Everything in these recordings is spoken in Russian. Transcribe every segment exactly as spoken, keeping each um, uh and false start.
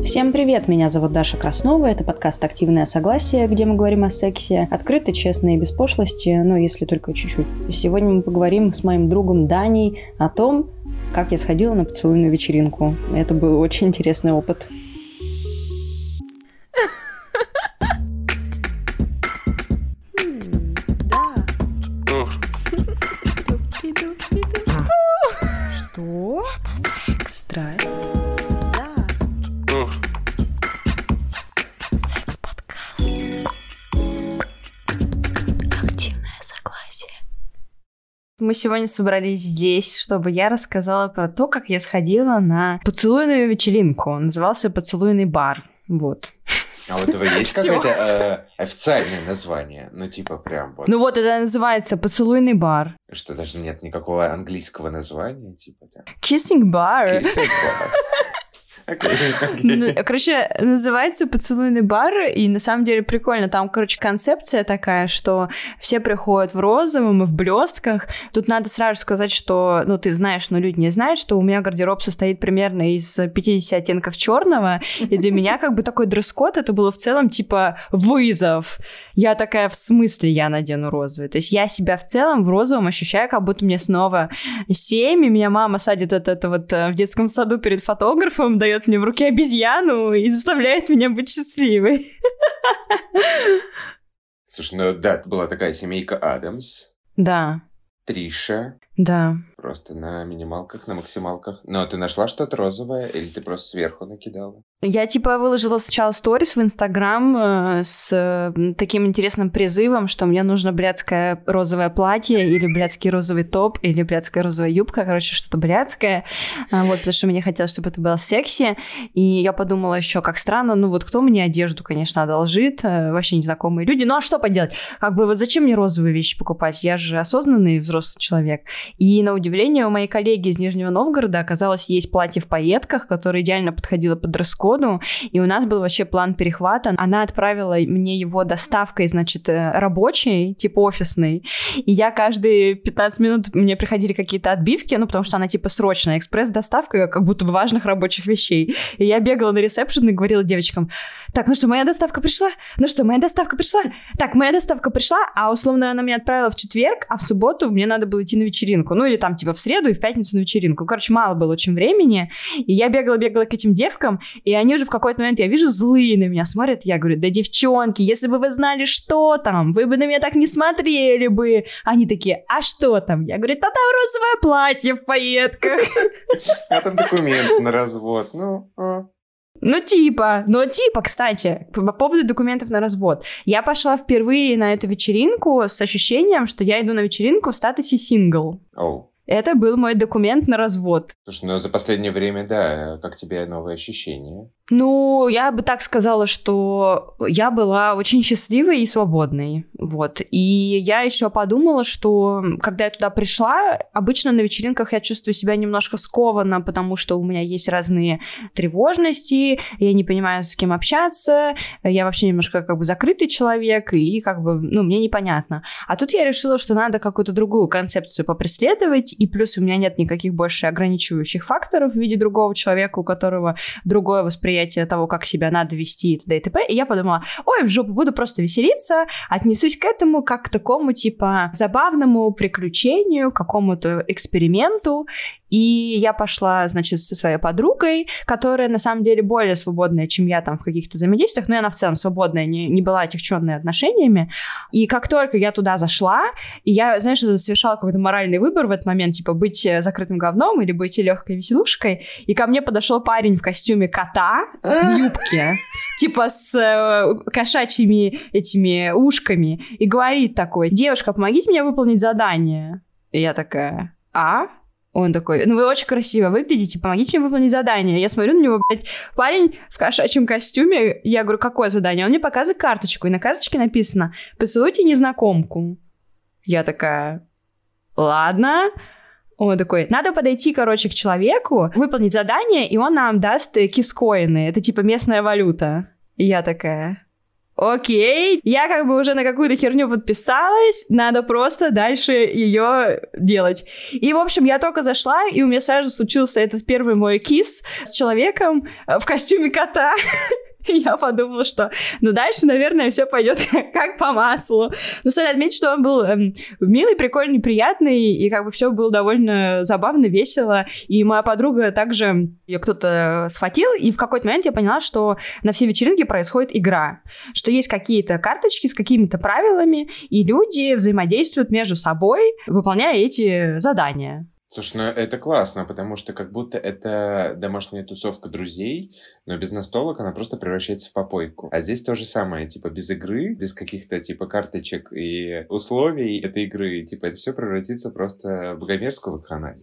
Всем привет, меня зовут Даша Краснова, это подкаст «Активное согласие», где мы говорим о сексе открыто, честно и без пошлости, но если только чуть-чуть. Сегодня мы поговорим с моим другом Даней о том, как я сходила на поцелуйную вечеринку. Это был очень интересный опыт. Что? Страсть. Мы сегодня собрались здесь, чтобы я рассказала про то, как я сходила на поцелуйную вечеринку. Он назывался «Поцелуйный бар». Вот. А у этого есть какое-то э, официальное название? Ну, типа прям вот... Ну вот, это называется «Поцелуйный бар». Что, даже нет никакого английского названия? Типа там... Kissing bar. Kissing bar. Okay, okay. Короче, называется «Поцелуйный бар», и на самом деле прикольно. Там, короче, концепция такая, что все приходят в розовом и в блестках. Тут надо сразу сказать, что, ну, ты знаешь, но люди не знают, что у меня гардероб состоит примерно из пятьдесят оттенков черного, и для меня как бы такой дресс-код это было в целом типа вызов. Я такая, в смысле я надену розовый? То есть я себя в целом в розовом ощущаю, как будто мне снова семь, и меня мама садит от это вот в детском саду перед фотографом, дает мне в руке обезьяну и заставляет меня быть счастливой. Слушай, ну да, это была такая семейка Адамс. Да. Триша. Да. Просто на минималках, на максималках. Но ты нашла что-то розовое или ты просто сверху накидала? Я, типа, выложила сначала сторис в Инстаграм э, с э, таким интересным призывом, что мне нужно блядское розовое платье или блядский розовый топ или блядская розовая юбка, короче, что-то блядское. А, вот, потому что мне хотелось, чтобы это было секси. И я подумала еще, как странно, ну вот кто мне одежду, конечно, одолжит, э, вообще незнакомые люди. Ну а что поделать? Как бы вот зачем мне розовые вещи покупать? Я же осознанный взрослый человек. И на удивление у моей коллеги из Нижнего Новгорода оказалось есть платье в пайетках, которое идеально подходило под дресс-код. И у нас был вообще план перехвата. Она отправила мне его доставкой, значит, рабочей, типа офисной. И я каждые пятнадцать минут мне приходили какие-то отбивки, ну, потому что она типа срочная, экспресс-доставка, как будто бы важных рабочих вещей. И я бегала на ресепшн и говорила девочкам: так, ну что, моя доставка пришла? Ну что, моя доставка пришла? Так, моя доставка пришла, а условно она меня отправила в четверг, а в субботу мне надо было идти на вечеринку. Ну, или там типа в среду и в пятницу на вечеринку. Короче, мало было очень времени. И я бегала-бегала к этим девкам, и они уже в какой-то момент, я вижу, злые на меня смотрят. Я говорю: да, девчонки, если бы вы знали, что там, вы бы на меня так не смотрели бы. Они такие: а что там? Я говорю: да там розовое платье в пайетках. А там документ на развод. Ну, Ну, типа, ну, типа, кстати, по поводу документов на развод. Я пошла впервые на эту вечеринку с ощущением, что я иду на вечеринку в статусе сингл. Оу. Это был мой документ на развод. Слушай, ну за последнее время, да, как тебе новые ощущения? Ну, я бы так сказала, что я была очень счастливой и свободной, вот. И я еще подумала, что когда я туда пришла, обычно на вечеринках я чувствую себя немножко скованно, потому что у меня есть разные тревожности, я не понимаю, с кем общаться, я вообще немножко как бы закрытый человек, и как бы, ну, мне непонятно. А тут я решила, что надо какую-то другую концепцию попреследовать, и плюс у меня нет никаких больше ограничивающих факторов в виде другого человека, у которого другое восприятие того, как себя надо вести и т.д. и т.п. И я подумала: ой, в жопу, буду просто веселиться, отнесусь к этому как к такому, типа, забавному приключению, какому-то эксперименту. И я пошла, значит, со своей подругой, которая, на самом деле, более свободная, чем я там в каких-то взаимодействиях, но и она в целом свободная, не, не была отягченной отношениями. И как только я туда зашла, и я, знаешь, совершала какой-то моральный выбор в этот момент, типа, быть закрытым говном или быть легкой веселушкой, и ко мне подошел парень в костюме кота, в юбке, типа с э, кошачьими этими ушками, и говорит такой: девушка, помогите мне выполнить задание. И я такая: а? Он такой: ну вы очень красиво выглядите, помогите мне выполнить задание. Я смотрю на него, блядь, парень в кошачьем костюме. Я говорю: какое задание? Он мне показывает карточку, и на карточке написано: поцелуйте незнакомку. Я такая: ладно. Он такой: надо подойти, короче, к человеку, выполнить задание, и он нам даст кискоины. Это типа местная валюта. И я такая: окей, я как бы уже на какую-то херню подписалась, надо просто дальше ее делать. И, в общем, я только зашла, и у меня сразу случился этот первый мой кисс с человеком в костюме кота. И я подумала, что, ну, дальше, наверное, все пойдет как по маслу. Но стоит отметить, что он был эм, милый, прикольный, приятный, и как бы все было довольно забавно, весело. И моя подруга также, ее кто-то схватил, и в какой-то момент я поняла, что на все вечеринки происходит игра, что есть какие-то карточки с какими-то правилами, и люди взаимодействуют между собой, выполняя эти задания. Слушай, ну это классно, потому что как будто это домашняя тусовка друзей, но без настолок она просто превращается в попойку. А здесь то же самое, типа без игры, без каких-то типа карточек и условий этой игры, типа это все превратится просто в богомерзкую вакханалию.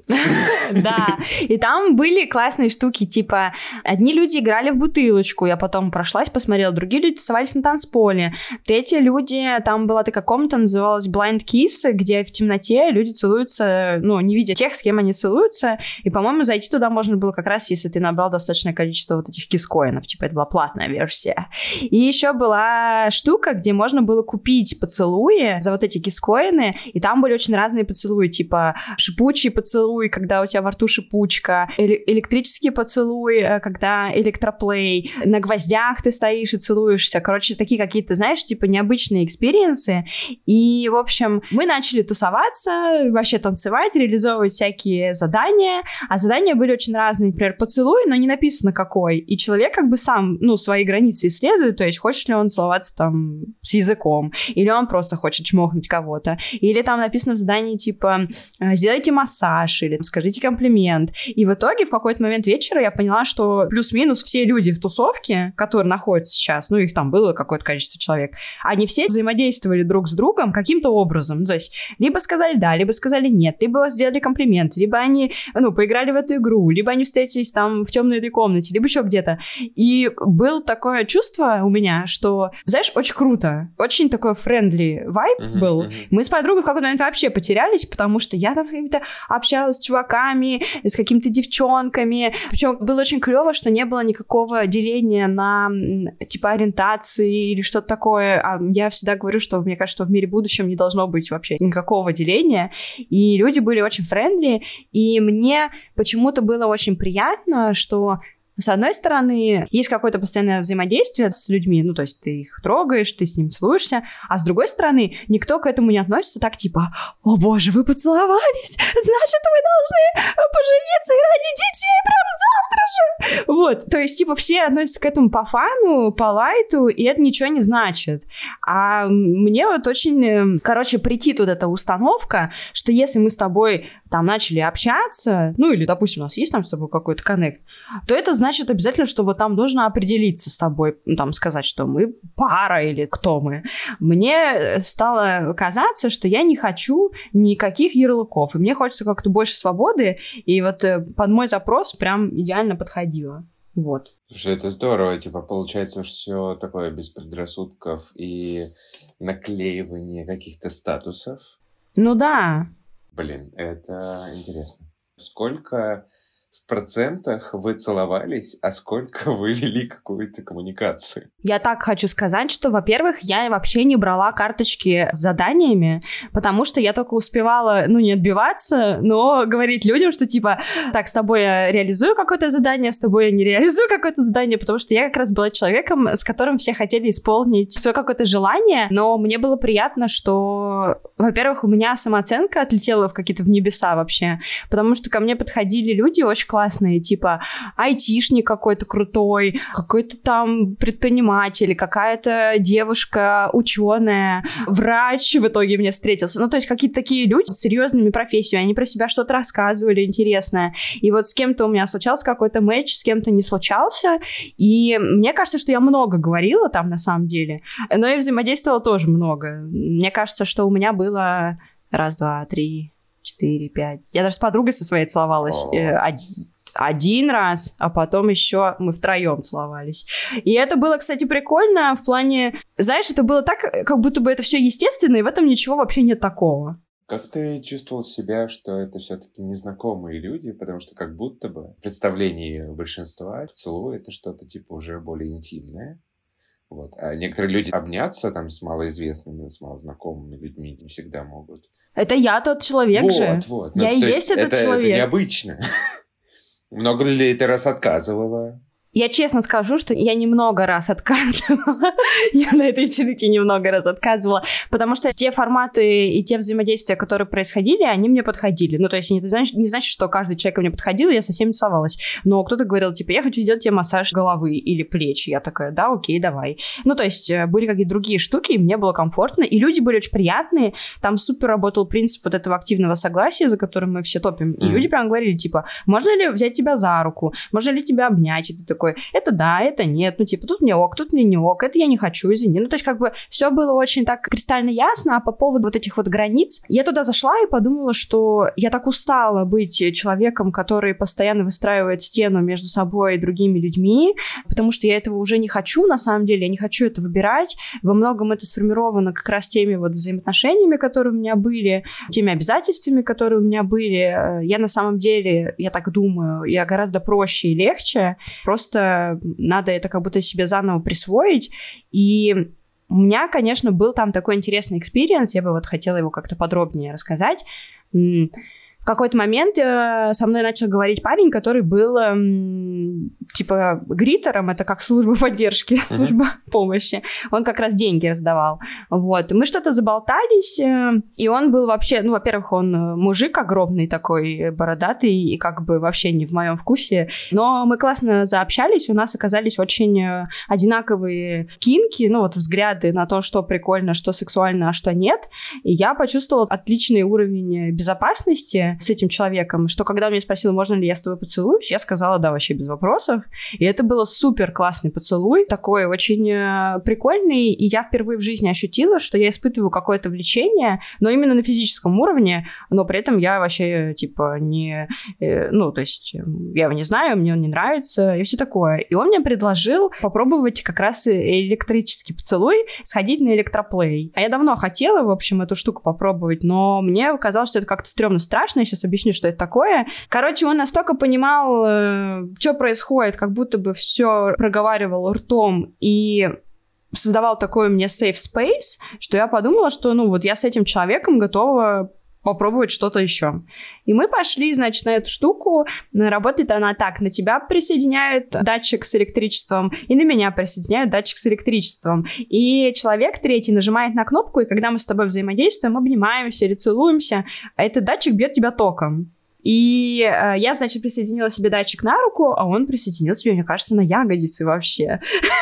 Да, и там были классные штуки, типа одни люди играли в бутылочку, я потом прошлась, посмотрела, другие люди тусовались на танцполе, третьи люди, там была такая комната, называлась Blind Kiss, где в темноте люди целуются, ну, не видя тех, с кем они целуются, и, по-моему, зайти туда можно было как раз, если ты набрал достаточное количество вот этих кискоинов, типа это была платная версия. И еще была штука, где можно было купить поцелуи за вот эти кискоины, и там были очень разные поцелуи, типа шипучий поцелуй, когда у тебя во рту шипучка, эле- электрический поцелуй, когда электроплей, на гвоздях ты стоишь и целуешься, короче, такие какие-то, знаешь, типа необычные экспириенсы, и, в общем, мы начали тусоваться, вообще танцевать, реализовывать всякие задания, а задания были очень разные. Например, поцелуй, но не написано какой. И человек как бы сам, ну, свои границы исследует, то есть хочет ли он целоваться там с языком, или он просто хочет чмокнуть кого-то. Или там написано в задании типа сделайте массаж, или скажите комплимент. И в итоге в какой-то момент вечера я поняла, что плюс-минус все люди в тусовке, которые находятся сейчас, ну, их там было какое-то количество человек, они все взаимодействовали друг с другом каким-то образом. Ну, то есть либо сказали да, либо сказали нет, либо сделали комплимент, либо они, ну, поиграли в эту игру, либо они встретились там в темной этой комнате, либо еще где-то. И было такое чувство у меня, что, знаешь, очень круто, очень такой френдли вайб uh-huh, был. Uh-huh. Мы с подругой в какой-то момент вообще потерялись, потому что я там с какими-то общалась с чуваками, с какими-то девчонками. Причем было очень клево, что не было никакого деления на, типа, ориентации или что-то такое. А я всегда говорю, что мне кажется, что в мире будущем не должно быть вообще никакого деления. И люди были очень френдли, и мне почему-то было очень приятно, что с одной стороны, есть какое-то постоянное взаимодействие с людьми, ну, то есть ты их трогаешь, ты с ним целуешься, а с другой стороны, никто к этому не относится так, типа, о боже, вы поцеловались, значит, вы должны пожениться и родить детей прямо завтра же. Вот, то есть, типа, все относятся к этому по фану, по лайту, и это ничего не значит. А мне вот очень, короче, претит вот эта установка, что если мы с тобой там начали общаться, ну, или, допустим, у нас есть там с тобой какой-то коннект, то это значит обязательно, что вот там нужно определиться с тобой, ну, там сказать, что мы пара или кто мы. Мне стало казаться, что я не хочу никаких ярлыков, и мне хочется как-то больше свободы, и вот под мой запрос прям идеально подходило. Вот. Слушай, это здорово, типа, получается, все такое без предрассудков и наклеивания каких-то статусов. Ну да. Блин, это интересно. Сколько в процентах вы целовались, а сколько вы вели какую-то коммуникацию? Я так хочу сказать, что, во-первых, я вообще не брала карточки с заданиями, потому что я только успевала, ну, не отбиваться, но говорить людям, что, типа, так, с тобой я реализую какое-то задание, с тобой я не реализую какое-то задание, потому что я как раз была человеком, с которым все хотели исполнить свое какое-то желание, но мне было приятно, что, во-первых, у меня самооценка отлетела в какие-то в небеса вообще, потому что ко мне подходили люди очень классные, типа айтишник какой-то крутой, какой-то там предприниматель, какая-то девушка, ученая, врач в итоге мне встретился. Ну, то есть какие-то такие люди с серьезными профессиями, они про себя что-то рассказывали интересное. И вот с кем-то у меня случался какой-то матч, с кем-то не случался. И мне кажется, что я много говорила там на самом деле, но и взаимодействовала тоже много. Мне кажется, что у меня было раз, два, три... четыре, пять. Я даже с подругой со своей целовалась э, один, один раз, а потом еще мы втроем целовались. И это было, кстати, прикольно в плане... Знаешь, это было так, как будто бы это все естественно, и в этом ничего вообще нет такого. Как ты чувствовал себя, что это все-таки незнакомые люди, потому что как будто бы в представлении большинства поцелуй — это что-то типа уже более интимное, Вот. А некоторые люди обняться там с малоизвестными, с малознакомыми людьми не всегда могут. Это я тот человек вот, же. Вот, я ну, и есть этот это, человек. Это необычно. Много ли ты раз отказывала? Я честно скажу, что я немного раз отказывала. Я на этой вечеринке немного раз отказывала, потому что те форматы и те взаимодействия, которые происходили, они мне подходили. Ну, то есть это не значит, что каждый человек ко мне подходил, и я со всеми целовалась. Но кто-то говорил, типа, я хочу сделать тебе массаж головы или плеч. Я такая, да, окей, давай. Ну, то есть были какие-то другие штуки, и мне было комфортно, и люди были очень приятные. Там супер работал принцип вот этого активного согласия, за которым мы все топим. И mm. люди прям говорили, типа, можно ли взять тебя за руку? Можно ли тебя обнять? И ты такой, это да, это нет, ну, типа, тут мне ок, тут мне не ок, это я не хочу, извини. Ну, то есть, как бы, все было очень так кристально ясно, а по поводу вот этих вот границ, я туда зашла и подумала, что я так устала быть человеком, который постоянно выстраивает стену между собой и другими людьми, потому что я этого уже не хочу, на самом деле, я не хочу это выбирать. Во многом это сформировано как раз теми вот взаимоотношениями, которые у меня были, теми обязательствами, которые у меня были. Я на самом деле, я так думаю, я гораздо проще и легче, просто надо это как будто себе заново присвоить. И у меня, конечно, был там такой интересный экспириенс, я бы вот хотела его как-то подробнее рассказать. В какой-то момент э, со мной начал говорить парень, который был э, типа гритером, это как служба поддержки, uh-huh. служба помощи. Он как раз деньги раздавал. Вот. Мы что-то заболтались, э, и он был вообще, ну, во-первых, он мужик огромный такой, бородатый, и как бы вообще не в моем вкусе. Но мы классно заобщались, у нас оказались очень одинаковые кинки, ну, вот взгляды на то, что прикольно, что сексуально, а что нет. И я почувствовала отличный уровень безопасности с этим человеком, что когда он меня спросил, можно ли я с тобой поцелуюсь, я сказала, да, вообще без вопросов. И это было супер классный поцелуй, такой очень э, прикольный, и я впервые в жизни ощутила, что я испытываю какое-то влечение, но именно на физическом уровне, но при этом я вообще, типа, не... Э, ну, то есть, я его не знаю, мне он не нравится, и все такое. И он мне предложил попробовать как раз электрический поцелуй, сходить на электроплей. А я давно хотела, в общем, эту штуку попробовать, но мне казалось, что это как-то стрёмно страшно. Я сейчас объясню, что это такое. Короче, он настолько понимал, э, что происходит, как будто бы все проговаривал ртом и создавал такой мне safe space, что я подумала, что, ну, вот я с этим человеком готова попробовать что-то еще. И мы пошли, значит, на эту штуку. Работает она так. На тебя присоединяют датчик с электричеством, и на меня присоединяют датчик с электричеством. И человек третий нажимает на кнопку, и когда мы с тобой взаимодействуем, обнимаемся или целуемся, этот датчик бьет тебя током. И э, я, значит, присоединила себе датчик на руку, а он присоединил себе, мне кажется, на ягодицы вообще.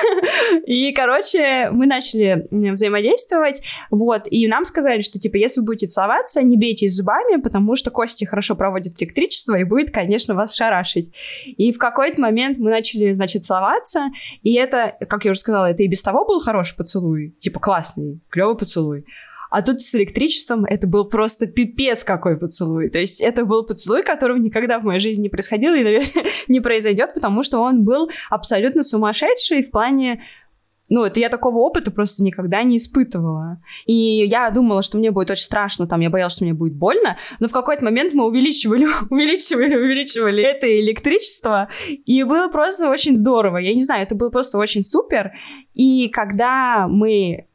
И, короче, мы начали взаимодействовать, вот, и нам сказали, что, типа, если вы будете целоваться, не бейтесь зубами, потому что кости хорошо проводят электричество и будет, конечно, вас шарашить. И в какой-то момент мы начали, значит, целоваться, и это, как я уже сказала, это и без того был хороший поцелуй, типа, классный, клевый поцелуй. А тут с электричеством это был просто пипец какой поцелуй. То есть это был поцелуй, которого никогда в моей жизни не происходило и, наверное, не произойдет, потому что он был абсолютно сумасшедший в плане... Ну, это я такого опыта просто никогда не испытывала. И я думала, что мне будет очень страшно, там, я боялась, что мне будет больно, но в какой-то момент мы увеличивали, увеличивали, увеличивали это электричество, и было просто очень здорово. Я не знаю, это было просто очень супер. И когда мы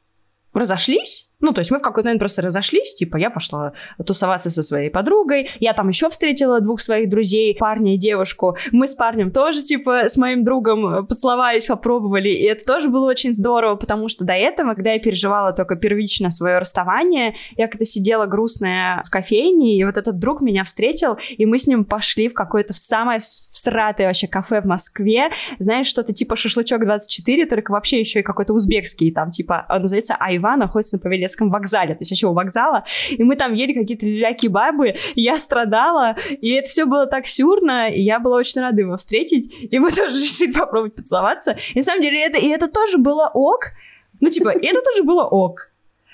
разошлись, ну, то есть мы в какой-то момент просто разошлись, типа, я пошла тусоваться со своей подругой, я там еще встретила двух своих друзей, парня и девушку, мы с парнем тоже, типа, с моим другом поцеловались, попробовали, и это тоже было очень здорово, потому что до этого, когда я переживала только первично свое расставание, я как-то сидела грустная в кофейне, и вот этот друг меня встретил, и мы с ним пошли в какое-то самое всратое вообще кафе в Москве, знаешь, что-то типа шашлычок двадцать четыре, только вообще еще и какой-то узбекский, там, типа, он называется Айва, находится на Павелецком вокзале, то есть вообще у вокзала, и мы там ели какие-то люля-кебабы, и я страдала, и это все было так сюрно, и я была очень рада его встретить, и мы тоже решили попробовать поцеловаться, и на самом деле это, и это тоже было ок, ну типа, и это тоже было ок.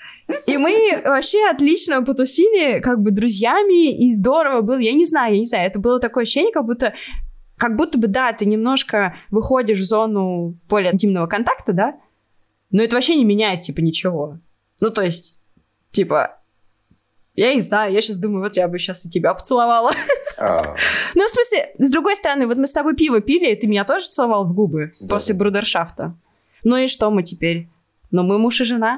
И мы вообще отлично потусили, как бы, друзьями, и здорово было, я не знаю, я не знаю, это было такое ощущение, как будто как будто бы, да, ты немножко выходишь в зону более интимного контакта, да, но это вообще не меняет, типа, ничего. Ну, то есть, типа, я не знаю, я сейчас думаю, вот я бы сейчас и тебя поцеловала. Oh. Ну, в смысле, с другой стороны, вот мы с тобой пиво пили, и ты меня тоже целовал в губы да. после брудершафта. Ну и что мы теперь? Ну мы муж и жена.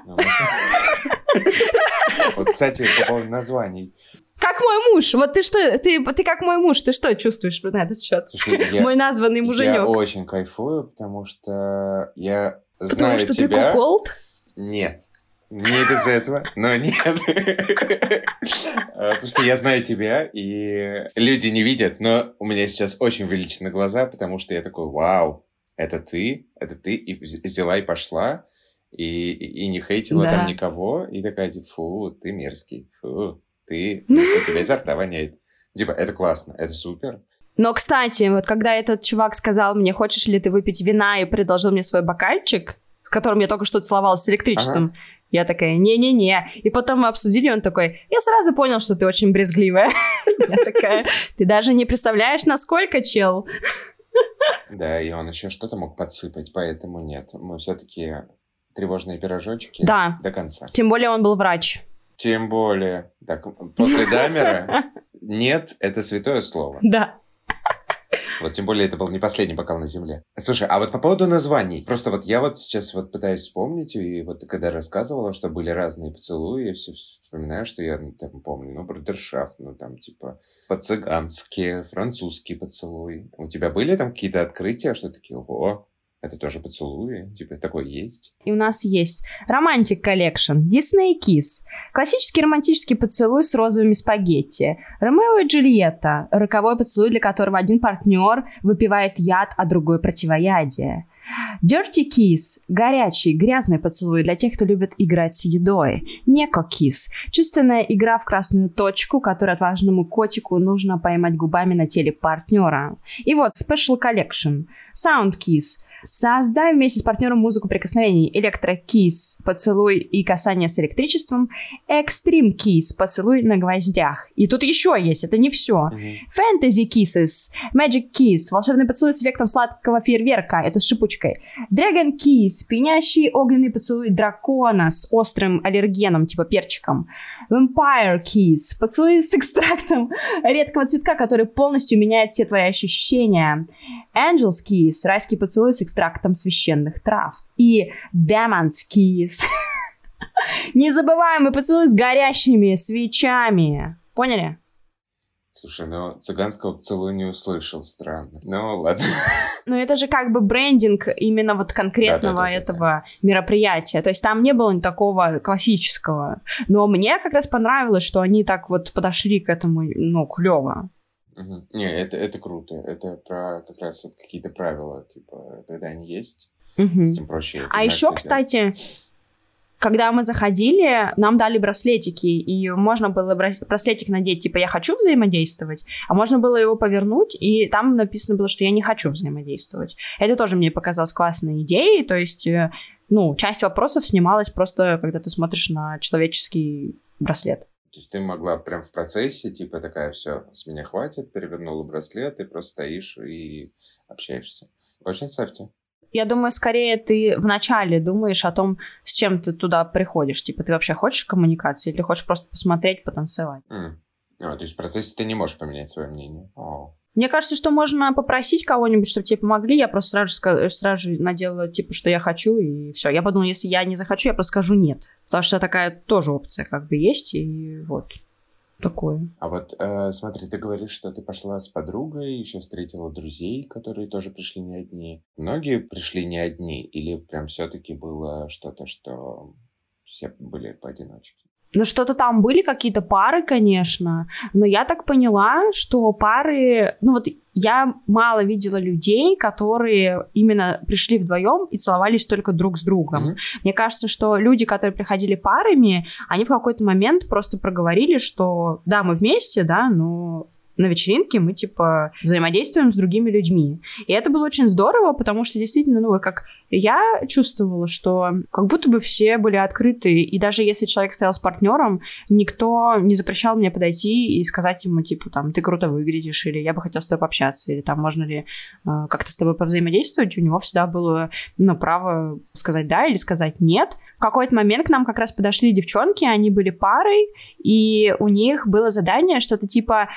Вот, кстати, по поводу названий. Как мой муж. Вот ты что, ты, ты как мой муж, ты что чувствуешь на этот счет? Слушай, я, мой названный муженек. Я очень кайфую, потому что я потому знаю что тебя. Потому что ты куколд? Нет. Не без этого, но нет. Потому что я знаю тебя, и люди не видят, но у меня сейчас очень увеличены глаза, потому что я такой, вау, это ты, это ты, и взяла и пошла, и, и не хейтила да. там никого, и такая, типа, фу, ты мерзкий, фу, ты, у тебя изо рта воняет. Типа, это классно, это супер. Но, кстати, вот когда этот чувак сказал мне, хочешь ли ты выпить вина, и предложил мне свой бокальчик, с которым я только что целовалась с электричеством, ага. Я такая, не-не-не. И потом мы обсудили, и он такой, я сразу понял, что ты очень брезгливая. Я такая, ты даже не представляешь, насколько, чел. Да, и он еще что-то мог подсыпать, поэтому нет. Мы все-таки тревожные пирожочки да. до конца. Тем более он был врач. Тем более. Так, после Даммера нет, это святое слово. Да. Вот, тем более, это был не последний бокал на земле. Слушай, а вот по поводу названий. Просто вот я вот сейчас вот пытаюсь вспомнить, и вот когда рассказывала, что были разные поцелуи, я все вспоминаю, что я там помню, ну, брудершафт, ну, там, типа, по-цыгански, французский поцелуй. У тебя были там какие-то открытия, что такие, ого, это тоже поцелуи? Типа, такое есть? И у нас есть Romantic Collection, Disney Kiss, классический романтический поцелуй с розовыми спагетти, Ромео и Джульетта, роковой поцелуй, для которого один партнер выпивает яд, а другой противоядие. Dirty Kiss – горячий, грязный поцелуй для тех, кто любит играть с едой. Неко Kiss – чувственная игра в красную точку, которую отважному котику нужно поймать губами на теле партнера. И вот Special Collection – Sound Kiss – создай вместе с партнером музыку прикосновений. Электро-кисс, поцелуй и касание с электричеством. Экстрим-кисс, поцелуй на гвоздях. И тут еще есть, это не все. Фэнтези-киссес, Magic-кисс, волшебный поцелуй с эффектом сладкого фейерверка, это с шипучкой. Dragon-кисс, пьянящий огненный поцелуй дракона с острым аллергеном, типа перчиком. Vampire-кисс, поцелуй с экстрактом редкого цветка, который полностью меняет все твои ощущения. Angel's Kiss, райский поцелуй с экстрактом священных трав. И Demon's Kiss, незабываемый поцелуй с горящими свечами. Поняли? Слушай, ну цыганского поцелуя не услышал, странно. Ну ладно. Ну это же как бы брендинг именно вот конкретного да, да, да, этого да, да. мероприятия. То есть там не было такого классического. Но мне как раз понравилось, что они так вот подошли к этому, ну, клево. Угу. Не, это, это круто. Это про как раз вот какие-то правила, типа, когда они есть, угу. с тем проще. А еще, кстати, когда мы заходили, нам дали браслетики, и можно было браслетик надеть, типа, я хочу взаимодействовать, а можно было его повернуть, и там написано было, что я не хочу взаимодействовать. Это тоже мне показалось классной идеей, то есть, ну, часть вопросов снималась просто, когда ты смотришь на человеческий браслет. То есть ты могла прям в процессе, типа, такая, все, с меня хватит, перевернула браслет, ты просто стоишь и общаешься. Очень ставьте. Я думаю, скорее ты вначале думаешь о том, с чем ты туда приходишь. Типа, ты вообще хочешь коммуникации, или ты хочешь просто посмотреть, потанцевать? Mm. А, то есть в процессе ты не можешь поменять свое мнение? Oh. Мне кажется, что можно попросить кого-нибудь, чтобы тебе помогли. Я просто сразу же, сразу же наделала, типа, что я хочу, и все. Я подумала, если я не захочу, я просто скажу нет. Потому что такая тоже опция как бы есть, и вот такое. А вот э, смотри, ты говоришь, что ты пошла с подругой, еще встретила друзей, которые тоже пришли не одни. Многие пришли не одни, или прям все-таки было что-то, что все были поодиночке? Ну, что-то там были, какие-то пары, конечно, но я так поняла, что пары... Ну, вот я мало видела людей, которые именно пришли вдвоем и целовались только друг с другом. Mm-hmm. Мне кажется, что люди, которые приходили парами, они в какой-то момент просто проговорили, что да, мы вместе, да, но... на вечеринке мы, типа, взаимодействуем с другими людьми. И это было очень здорово, потому что действительно, ну, как я чувствовала, что как будто бы все были открыты, и даже если человек стоял с партнером, никто не запрещал мне подойти и сказать ему, типа, там, ты круто выглядишь, или я бы хотела с тобой пообщаться, или там, можно ли э, как-то с тобой повзаимодействовать. У него всегда было, ну, право сказать да или сказать нет. В какой-то момент к нам как раз подошли девчонки, они были парой, и у них было задание что-то типа, э,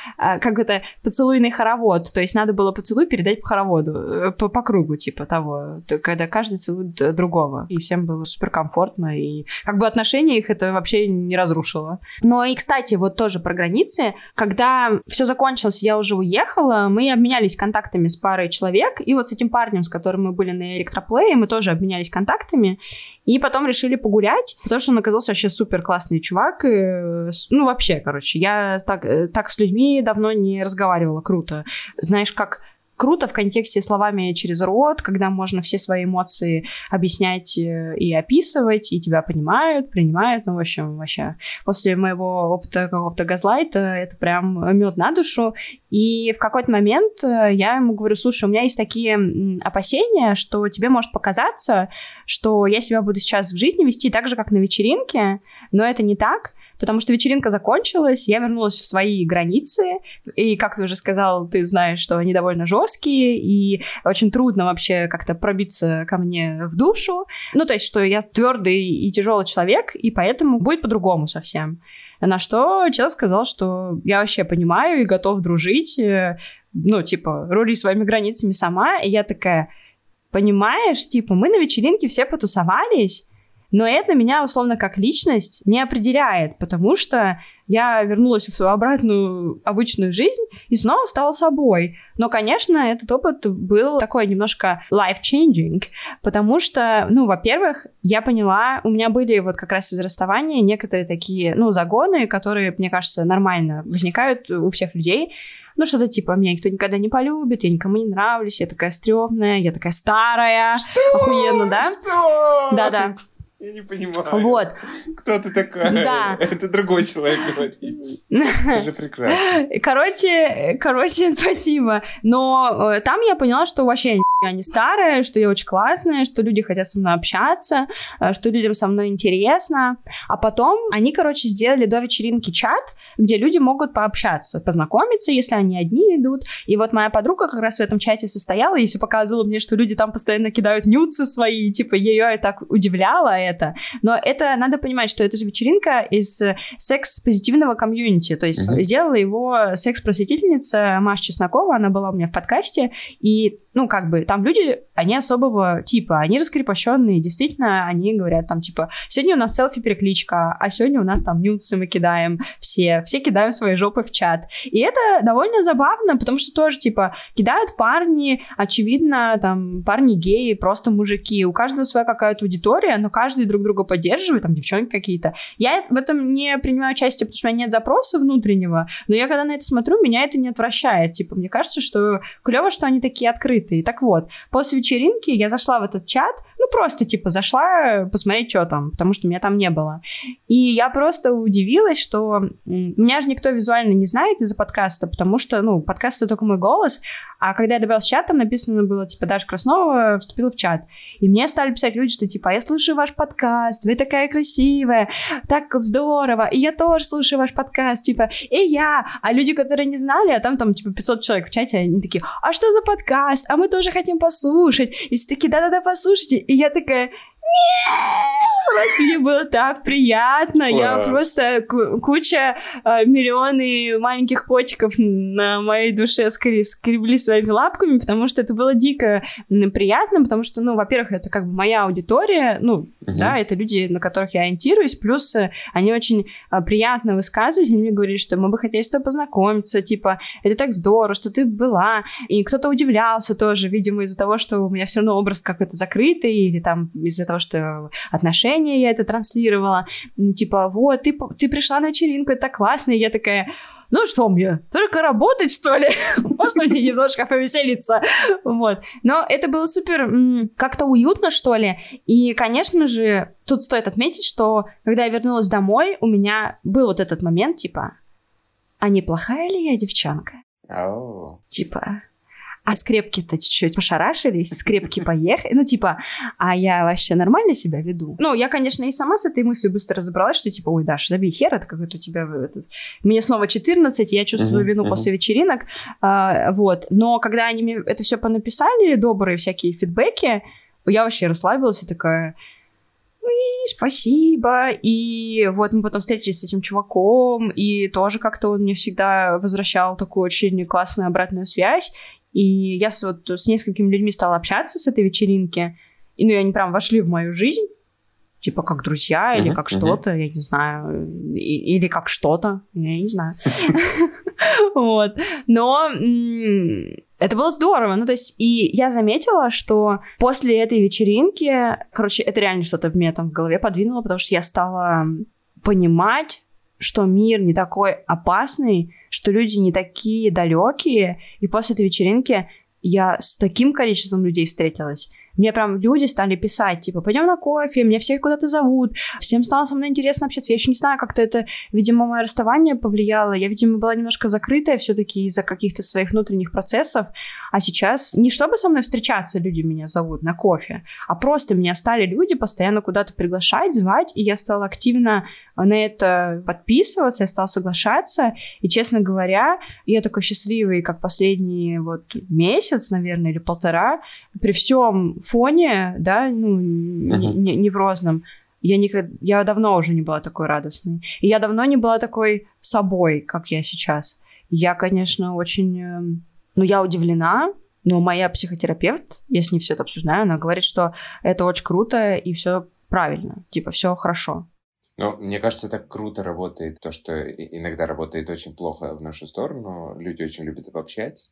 как это, поцелуйный хоровод, то есть надо было поцелуй передать по хороводу, по, по кругу, типа того, когда каждый целует другого, и всем было суперкомфортно, и как бы отношения их это вообще не разрушило. Но и, кстати, вот тоже про границы, когда все закончилось, я уже уехала, мы обменялись контактами с парой человек, и вот с этим парнем, с которым мы были на электроплее, мы тоже обменялись контактами, и потом решили погулять, потому что он оказался вообще супер классный чувак, и, ну вообще, короче, я так, так с людьми давно не разговаривала, круто. Знаешь, как круто в контексте словами через рот, когда можно все свои эмоции объяснять и описывать, и тебя понимают, принимают. Ну, в общем, вообще, после моего опыта какого-то газлайта это прям мед на душу. И в какой-то момент я ему говорю: слушай, у меня есть такие опасения, что тебе может показаться, что я себя буду сейчас в жизни вести так же, как на вечеринке, но это не так. Потому что вечеринка закончилась, я вернулась в свои границы, и, как ты уже сказал, ты знаешь, что они довольно жесткие, и очень трудно вообще как-то пробиться ко мне в душу. Ну, то есть, что я твердый и тяжелый человек, и поэтому будет по-другому совсем. На что человек сказал, что я вообще понимаю и готов дружить, ну, типа, рули своими границами сама, и я такая: понимаешь, типа, мы на вечеринке все потусовались, но это меня, условно, как личность не определяет, потому что я вернулась в свою обратную обычную жизнь и снова стала собой. Но, конечно, этот опыт был такой немножко life-changing, потому что, ну, во-первых, я поняла, у меня были вот как раз из расставания некоторые такие, ну, загоны, которые, мне кажется, нормально возникают у всех людей. Ну, что-то типа: меня никто никогда не полюбит, я никому не нравлюсь, я такая стрёмная, я такая старая. Что? Охуенно, да? Что? Да-да. Я не понимаю. Вот. Кто ты такая? Да. Это другой человек говорит. Это же прекрасно. Короче, короче, спасибо. Но э, там я поняла, что вообще я не старая, что я очень классная, что люди хотят со мной общаться, э, что людям со мной интересно. А потом они, короче, сделали до вечеринки чат, где люди могут пообщаться, познакомиться, если они одни идут. И вот моя подруга как раз в этом чате состояла и все показывала мне, что люди там постоянно кидают нюдсы свои, типа, ее так удивляло это. Но это надо понимать, что это же вечеринка из секс-позитивного комьюнити, то есть mm-hmm. сделала его секс-просветительница Маша Чеснокова, она была у меня в подкасте, и, ну, как бы, там люди, они особого типа, они раскрепощенные, действительно, они говорят там, типа: сегодня у нас селфи-перекличка, а сегодня у нас там нюдсы мы кидаем все, все кидаем свои жопы в чат. И это довольно забавно, потому что тоже, типа, кидают парни, очевидно, там, парни геи, просто мужики, у каждого своя какая-то аудитория, но каждый друг друга поддерживает, там, девчонки какие-то. Я в этом не принимаю участие, потому что у меня нет запроса внутреннего, но я когда на это смотрю, меня это не отвращает. Типа, мне кажется, что клево, что они такие открытые. Так вот, после вечеринки я зашла в этот чат, ну, просто, типа, зашла посмотреть, что там, потому что меня там не было. И я просто удивилась, что меня же никто визуально не знает из-за подкаста, потому что, ну, подкаст — это только мой голос, а когда я добавилась в чат, там написано было, типа, Даша Краснова вступила в чат. И мне стали писать люди, что, типа: я слушаю ваш подкаст, вы такая красивая, так здорово, и я тоже слушаю ваш подкаст, типа, и я. А люди, которые не знали, а там, там, типа, пятьсот человек в чате, они такие: а что за подкаст? А мы тоже хотим послушать. И все такие: да-да-да, послушайте. И я такая: просто мне было так приятно. Класс. Я просто куча, э, миллионы маленьких котиков на моей душе скреб, скребли своими лапками, потому что это было дико приятно, потому что, ну, во-первых, это как бы моя аудитория, ну, угу. да, это люди, на которых я ориентируюсь, плюс они очень э, приятно высказывались, они мне говорили, что мы бы хотели с тобой познакомиться, типа, это так здорово, что ты была, и кто-то удивлялся тоже, видимо, из-за того, что у меня все равно образ какой-то закрытый, или там из-за того, что отношения я это транслировала, типа: вот, ты, ты пришла на вечеринку, это так классно, и я такая: ну что мне, только работать, что ли? Можно мне немножко повеселиться? Вот. Но это было супер м- как-то уютно, что ли. И, конечно же, тут стоит отметить, что когда я вернулась домой, у меня был вот этот момент, типа: а не плохая ли я девчонка? Oh. Типа... А скрепки-то чуть-чуть пошарашились, скрепки поехали. Ну, типа, а я вообще нормально себя веду? Ну, я, конечно, и сама с этой мыслью быстро разобралась, что типа: ой, Даша, забей хер, это как-то у тебя... Этот... Мне снова четырнадцать, я чувствую uh-huh, вину uh-huh. после вечеринок. А, вот. Но когда они мне это все понаписали, добрые всякие фидбэки, я вообще расслабилась и такая: спасибо. И вот мы потом встретились с этим чуваком, и тоже как-то он мне всегда возвращал такую очень классную обратную связь. И я с, вот, с несколькими людьми стала общаться с этой вечеринки, и ну, и они прям вошли в мою жизнь, типа как друзья, или uh-huh, как uh-huh. что-то, я не знаю, и, или как что-то, я не знаю. Вот. Но это было здорово. Ну, то есть, и я заметила, что после этой вечеринки, короче, это реально что-то в меня там в голове подвинуло, потому что я стала понимать, что мир не такой опасный, что люди не такие далекие, и после этой вечеринки я с таким количеством людей встретилась. Мне прям люди стали писать, типа, пойдем на кофе, меня все куда-то зовут, всем стало со мной интересно общаться. Я еще не знаю, как-то это, видимо, мое расставание повлияло. Я, видимо, была немножко закрытая все-таки из-за каких-то своих внутренних процессов. А сейчас не чтобы со мной встречаться люди меня зовут на кофе, а просто меня стали люди постоянно куда-то приглашать, звать, и я стала активно на это подписываться, я стала соглашаться. И, честно говоря, я такой счастливый, как последний вот месяц, наверное, или полтора, при всем фоне, да, ну, uh-huh. не, неврозном, я, никогда, я давно уже не была такой радостной. И я давно не была такой собой, как я сейчас. Я, конечно, очень... Ну, я удивлена, но моя психотерапевт, я с ней все это обсуждаю, она говорит, что это очень круто и все правильно, типа, все хорошо. Ну, мне кажется, так круто работает то, что иногда работает очень плохо в нашу сторону. Люди очень любят обобщать.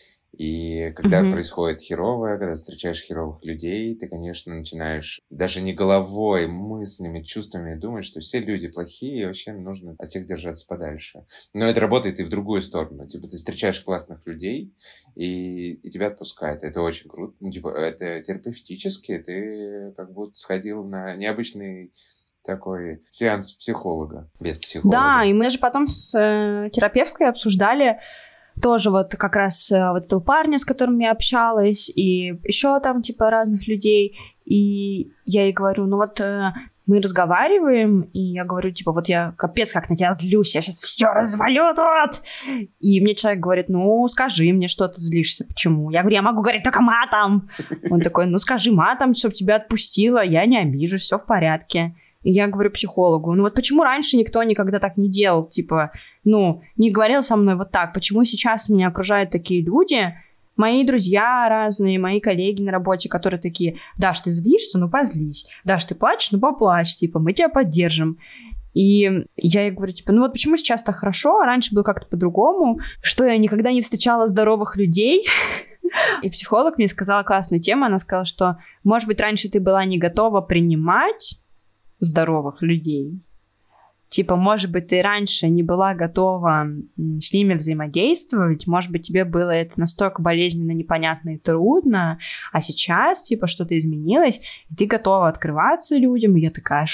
И когда mm-hmm. происходит херовое, когда встречаешь херовых людей, ты, конечно, начинаешь даже не головой, мыслями, чувствами думать, что все люди плохие, и вообще нужно от всех держаться подальше. Но это работает и в другую сторону. Типа ты встречаешь классных людей, и, и тебя отпускает. Это очень круто. Ну, типа это терапевтически. Ты как будто сходил на необычный такой сеанс психолога, без психолога. Да, и мы же потом с э, терапевткой обсуждали тоже вот как раз вот этого парня, с которым я общалась, и еще там типа разных людей, и я ей говорю, ну вот э, мы разговариваем, и я говорю, типа, вот я капец как на тебя злюсь, я сейчас все развалю тут, и мне человек говорит, ну скажи мне, что ты злишься, почему? Я говорю, я могу говорить только матом. Он такой, ну скажи матом, чтобы тебя отпустило, я не обижусь, все в порядке. И я говорю психологу, ну вот почему раньше никто никогда так не делал, типа, ну, не говорил со мной вот так, почему сейчас меня окружают такие люди, мои друзья разные, мои коллеги на работе, которые такие, Даш, ты злишься, ну позлись, Даш, ты плачешь, ну поплачь, типа, мы тебя поддержим. И я ей говорю, типа, ну вот почему сейчас так хорошо, а раньше было как-то по-другому, что я никогда не встречала здоровых людей. И психолог мне сказала классную тему, она сказала, что, может быть, раньше ты была не готова принимать здоровых людей. Типа, может быть, ты раньше не была готова с ними взаимодействовать, может быть, тебе было это настолько болезненно, непонятно и трудно, а сейчас, типа, что-то изменилось, и ты готова открываться людям, и я такая,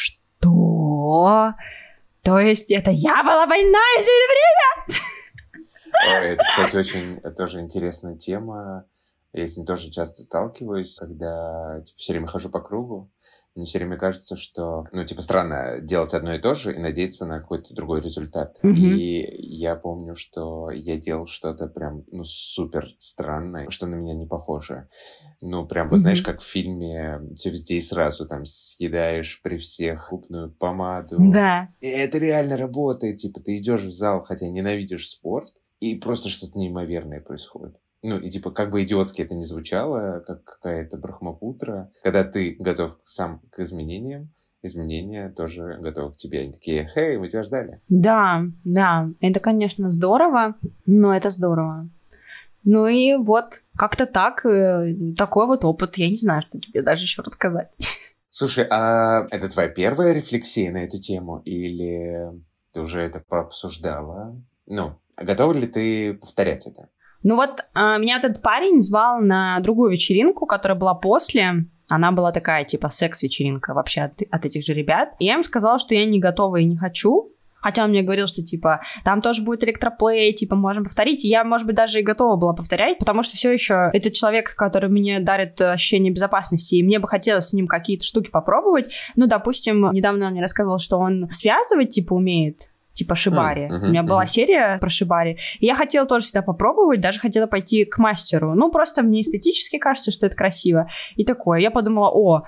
что? То есть это я была больная все это время? Это, кстати, очень тоже интересная тема. Я с ней тоже часто сталкиваюсь, когда типа, все время хожу по кругу. Мне все время кажется, что, ну, типа, странно делать одно и то же и надеяться на какой-то другой результат. Mm-hmm. И я помню, что я делал что-то прям, ну, супер странное, что на меня не похоже. Ну, прям, вот mm-hmm. знаешь, как в фильме «Все везде и сразу», там, съедаешь при всех губную помаду. Да. И это реально работает. Типа, ты идешь в зал, хотя ненавидишь спорт, и просто что-то неимоверное происходит. Ну, и типа, как бы идиотски это ни звучало, как какая-то брахмапутра, когда ты готов сам к изменениям, изменения тоже готовы к тебе. Они такие, хей, мы тебя ждали. Да, да, это, конечно, здорово, но это здорово. Ну и вот, как-то так, такой вот опыт. Я не знаю, что тебе даже еще рассказать. Слушай, а это твоя первая рефлексия на эту тему? Или ты уже это пообсуждала? Ну, готова ли ты повторять это? Ну вот а, меня этот парень звал на другую вечеринку, которая была после. Она была такая, типа, секс-вечеринка вообще от, от этих же ребят. И я им сказала, что я не готова и не хочу. Хотя он мне говорил, что, типа, там тоже будет электроплей, типа, можем повторить. И я, может быть, даже и готова была повторять, потому что все еще этот человек, который мне дарит ощущение безопасности, и мне бы хотелось с ним какие-то штуки попробовать. Ну, допустим, недавно он мне рассказывал, что он связывать, типа, умеет. Типа шибари. Uh-huh, uh-huh, У меня была uh-huh. серия про шибари. И я хотела тоже всегда попробовать, даже хотела пойти к мастеру. Ну, просто мне эстетически кажется, что это красиво. И такое. Я подумала, о,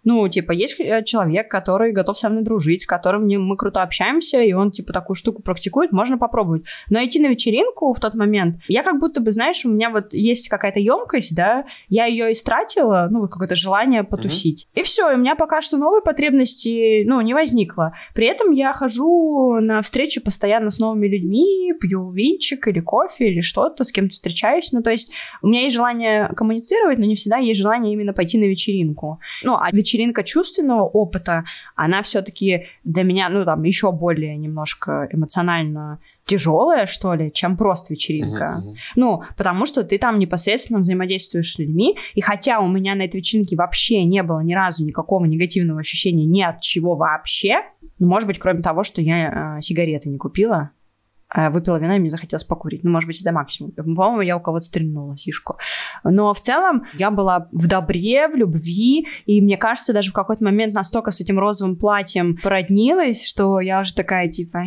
Ну, типа, есть человек, который готов со мной дружить, с которым мы круто общаемся, и он, типа, такую штуку практикует, можно попробовать. Но идти на вечеринку в тот момент, я как будто бы, знаешь, у меня вот есть какая-то емкость, да, я ее истратила, ну, вот какое-то желание потусить. Mm-hmm. И все, и у меня пока что новой потребности, ну, не возникло. При этом я хожу на встречи постоянно с новыми людьми, пью винчик или кофе или что-то, с кем-то встречаюсь. Ну, то есть у меня есть желание коммуницировать, но не всегда есть желание именно пойти на вечеринку. Ну, а вечеринка чувственного опыта, она все-таки для меня, ну, там, еще более немножко эмоционально тяжелая, что ли, чем просто вечеринка. Uh-huh, uh-huh. Ну, потому что ты там непосредственно взаимодействуешь с людьми, и хотя у меня на этой вечеринке вообще не было ни разу никакого негативного ощущения ни от чего вообще, ну, может быть, кроме того, что я э, сигареты не купила, а выпила вина, и мне захотелось покурить. Ну, может быть, это максимум. По-моему, я у кого-то стрельнула сишку. Но в целом я была в добре, в любви, и мне кажется, даже в какой-то момент настолько с этим розовым платьем породнилась, что я уже такая, типа...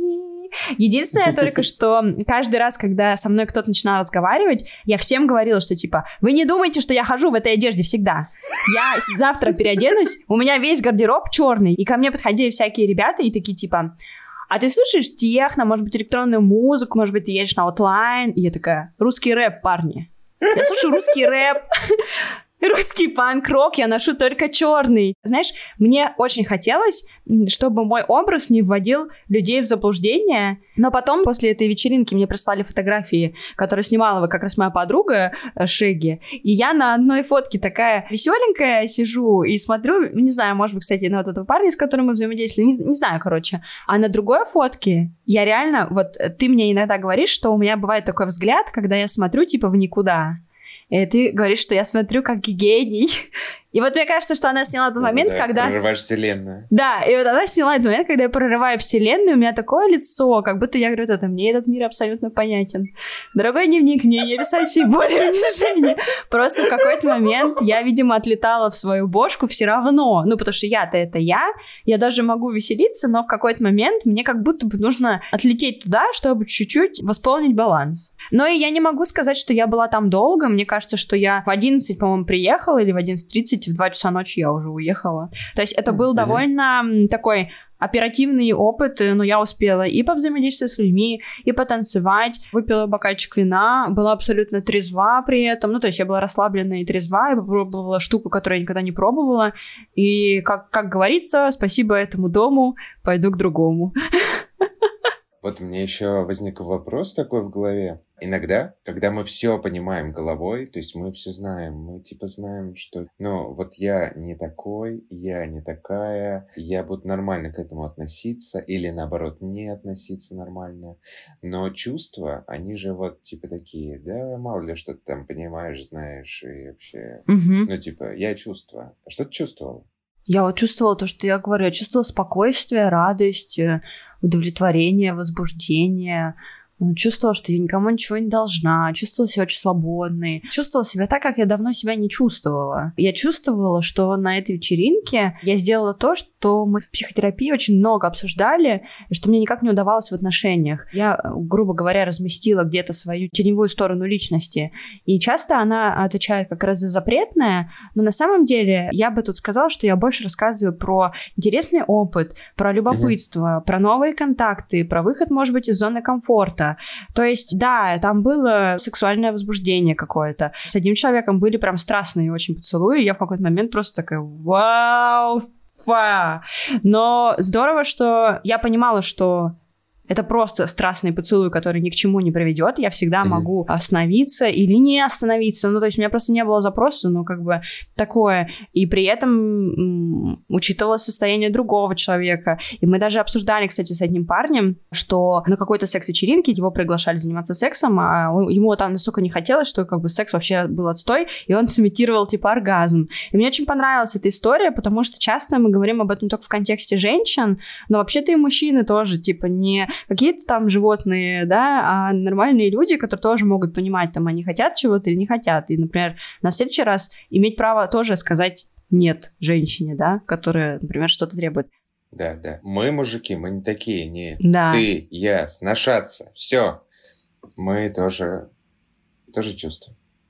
Единственное только, что каждый раз, когда со мной кто-то начинал разговаривать, я всем говорила, что типа, вы не думайте, что я хожу в этой одежде всегда. Я завтра переоденусь, у меня весь гардероб черный, и ко мне подходили всякие ребята и такие типа, а ты слушаешь техно, может быть, электронную музыку, может быть, ты едешь на Outline, и я такая, русский рэп, парни. Я слушаю русский рэп. Русский панк-рок, я ношу только черный. Знаешь, мне очень хотелось, чтобы мой образ не вводил людей в заблуждение. Но потом, после этой вечеринки, мне прислали фотографии, которые снимала как раз моя подруга Шеги. И я на одной фотке такая веселенькая сижу и смотрю, не знаю, может быть, кстати, на вот этого парня, с которым мы взаимодействовали, не, не знаю, короче. А на другой фотке я реально, вот ты мне иногда говоришь, что у меня бывает такой взгляд, когда я смотрю типа в никуда. И ты говоришь, что я смотрю как гений. И вот мне кажется, что она сняла тот момент, да, когда... прорываешь вселенную. Да, и вот она сняла этот момент, когда я прорываю вселенную, у меня такое лицо, как будто я говорю, это мне этот мир абсолютно понятен. Дорогой дневник, мне не писать всей боли и унижения. Просто в какой-то момент я, видимо, отлетала в свою бошку все равно. Ну, потому что я-то это я, я даже могу веселиться, но в какой-то момент мне как будто бы нужно отлететь туда, чтобы чуть-чуть восполнить баланс. Но и я не могу сказать, что я была там долго. Мне кажется, что я в одиннадцать, по-моему, приехала, или в одиннадцать тридцать, в два часа ночи я уже уехала. То есть это был mm-hmm. довольно такой оперативный опыт, но я успела и повзаимодействовать с людьми, и потанцевать, выпила бокальчик вина, была абсолютно трезва при этом, ну, то есть я была расслаблена и трезва, и попробовала штуку, которую я никогда не пробовала, и, как, как говорится, спасибо этому дому, пойду к другому. Вот у меня еще возник вопрос такой в голове. Иногда, когда мы все понимаем головой, то есть мы все знаем, мы типа знаем, что, ну, вот я не такой, я не такая, я буду нормально к этому относиться или, наоборот, не относиться нормально. Но чувства, они же вот типа такие, да, мало ли что ты там понимаешь, знаешь и вообще, угу. ну, типа, я чувствую. А что ты чувствовал? Я вот чувствовала то, что я говорю, я чувствовала спокойствие, радость, удовлетворение, возбуждение, чувствовала, что я никому ничего не должна, чувствовала себя очень свободной, чувствовала себя так, как я давно себя не чувствовала. Я чувствовала, что на этой вечеринке я сделала то, что мы в психотерапии очень много обсуждали, и что мне никак не удавалось в отношениях. Я, грубо говоря, разместила где-то свою теневую сторону личности, и часто она отвечает как раз за запретное, но на самом деле я бы тут сказала, что я больше рассказываю про интересный опыт, про любопытство, mm-hmm. про новые контакты, про выход, может быть, из зоны комфорта. То есть, да, там было сексуальное возбуждение какое-то. С одним человеком были прям страстные очень поцелуи, и я в какой-то момент просто такая «Вау! Фа!». Но здорово, что я понимала, что это просто страстный поцелуй, который ни к чему не приведет. Я всегда mm-hmm. могу остановиться или не остановиться. Ну, то есть у меня просто не было запроса, ну, как бы такое. И при этом м- учитывалось состояние другого человека. И мы даже обсуждали, кстати, с одним парнем, что на какой-то секс-вечеринке его приглашали заниматься сексом, а ему там настолько не хотелось, что как бы секс вообще был отстой, и он сымитировал типа оргазм. И мне очень понравилась эта история, потому что часто мы говорим об этом только в контексте женщин, но вообще-то и мужчины тоже, типа, не какие-то там животные, да, а нормальные люди, которые тоже могут понимать, там, они хотят чего-то или не хотят. И, например, на следующий раз иметь право тоже сказать «нет» женщине, да, которая, например, что-то требует. Да, да. Мы мужики, мы не такие, не да. ты, я, сношаться, все. Мы тоже, тоже чувствуем.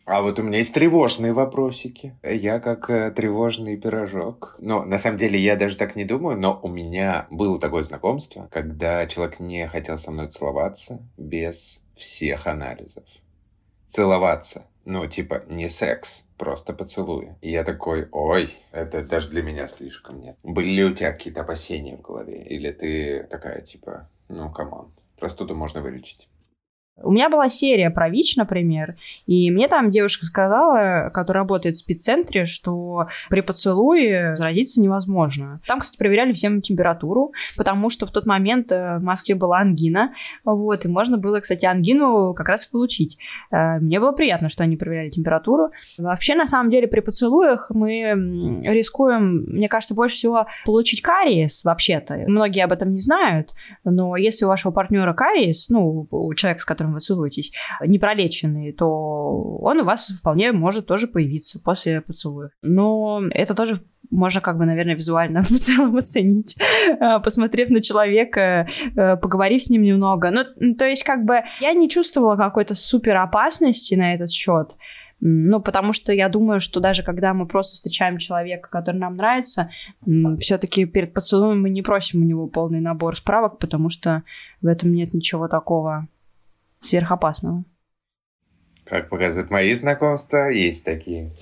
А вот у меня есть тревожные вопросики. Я как э, тревожный пирожок. Но на самом деле я даже так не думаю, но у меня было такое знакомство, когда человек не хотел со мной целоваться без всех анализов. Целоваться. Ну, типа, не секс, просто поцелуи. И я такой, ой, это даже для меня слишком нет. Были ли у тебя какие-то опасения в голове? Или ты такая, типа, ну, камон, простуду можно вылечить? У меня была серия про ВИЧ, например, и мне там девушка сказала, которая работает в спеццентре, что при поцелуе заразиться невозможно. Там, кстати, проверяли всем температуру, потому что в тот момент в Москве была ангина, вот, и можно было, кстати, ангину как раз получить. Мне было приятно, что они проверяли температуру. Вообще, на самом деле, при поцелуях мы рискуем, мне кажется, больше всего получить кариес, вообще-то. Многие об этом не знают, но если у вашего партнера кариес, ну, у человека, с которым вы целуетесь, непролеченный, то он у вас вполне может тоже появиться после поцелуя. Но это тоже можно как бы, наверное, визуально в целом оценить, посмотрев на человека, поговорив с ним немного. Ну, то есть как бы я не чувствовала какой-то супер опасности на этот счет. Ну, потому что я думаю, что даже когда мы просто встречаем человека, который нам нравится, все-таки перед поцелуем мы не просим у него полный набор справок, потому что в этом нет ничего такого сверхопасного. Как показывают мои знакомства, есть такие.